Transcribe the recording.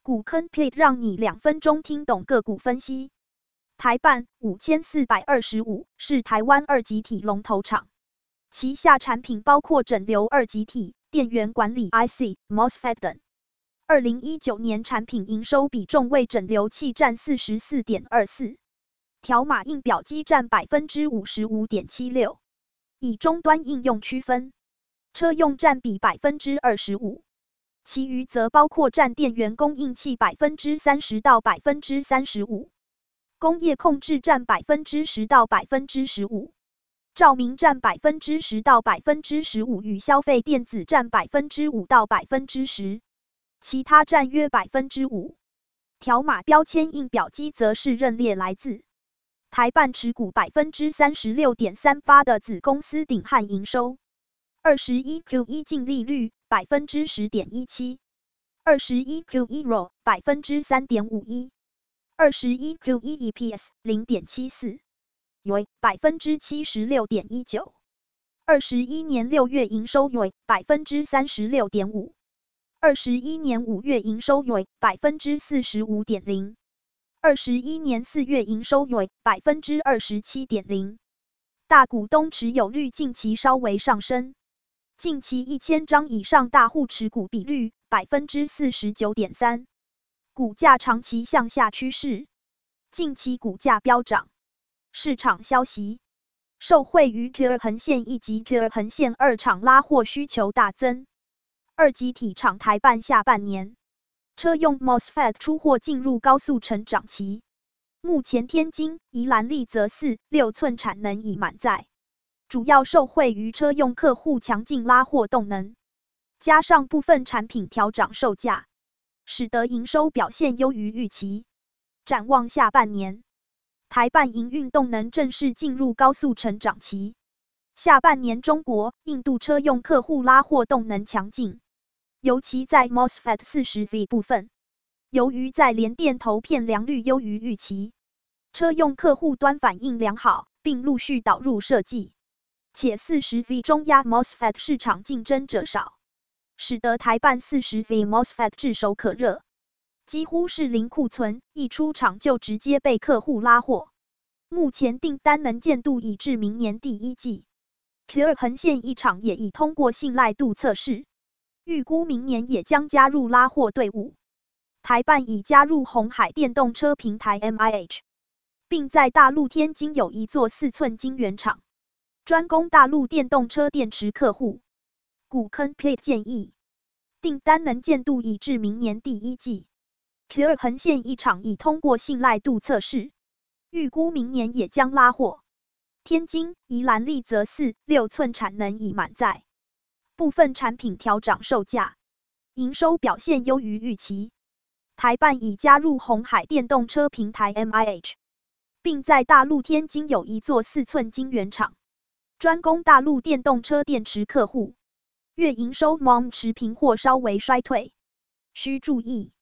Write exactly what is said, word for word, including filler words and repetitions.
股坑 plate 让你两分钟听懂个股分析。台办五千四百二十五是台湾二极体龙头厂，旗下产品包括整流二极体、电源管理 I C、MOSFET 等。二零一九年产品营收比重为整流器占 百分之四十四点二四， 条码印表机占 百分之五十五点七六。以终端应用区分，车用占比 百分之二十五， 其余则包括占电源供应器 百分之三十到百分之三十五， 工业控制占 百分之十到百分之十五， 照明占 百分之十到百分之十五， 与消费电子占 百分之五到百分之十， 其他占约 百分之五。 条码标签印表机则是认列来自台办持股 百分之三十六点三八 的子公司鼎汉营收。二十一 Q 一 净利率 百分之十点一七， 二十一 Q 一 R O E 百分之三点五一， 二十一 Q 一 E P S 零点七四， 为 百分之七十六点一九， 二十一年六月营收为 百分之三十六点五， 二十一年五月营收为 百分之四十五点零， 二十一年四月营收为 百分之二十七点零。 大股东持有率近期稍微上升，近期一千张以上大户持股比率 百分之四十九点三， 股价长期向下趋势，近期股价飙涨。市场消息，受惠于 Q 二 横线一及 Q 二 横线二厂拉货需求大增，二极体厂台办下半年车用 MOSFET 出货进入高速成长期，目前天津、宜兰丽泽四、六寸产能已满载，主要受惠于车用客户强劲拉货动能，加上部分产品调涨售价，使得营收表现优于预期。展望下半年，台办营运动能正式进入高速成长期，下半年中国、印度车用客户拉货动能强劲，尤其在 MOSFET 四十 V 部分，由于在联电投片良率优于预期，车用客户端反应良好，并陆续导入设计，且 四十 V 中压 MOSFET 市场竞争者少，使得台办 四十 V MOSFET 炙手可热，几乎是零库存，一出厂就直接被客户拉货。目前订单能见度已至明年第一季。Q 二 横线一厂也已通过信赖度测试，预估明年也将加入拉货队伍。台办已加入鸿海电动车平台 M I H， 并在大陆天津有一座四寸晶圆厂，专攻大陆电动车电池客户。股坑 plate 建议，订单能见度已至明年第一季。Q 二 横线一厂已通过信赖度测试，预估明年也将拉货。天津、宜兰丽泽四、六寸产能已满载，部分产品调涨售价，营收表现优于预期。台办已加入鸿海电动车平台 M I H， 并在大陆天津有一座四寸晶圆厂，专攻大陆电动车电池客户。月营收 M O M 持平或稍微衰退，需注意。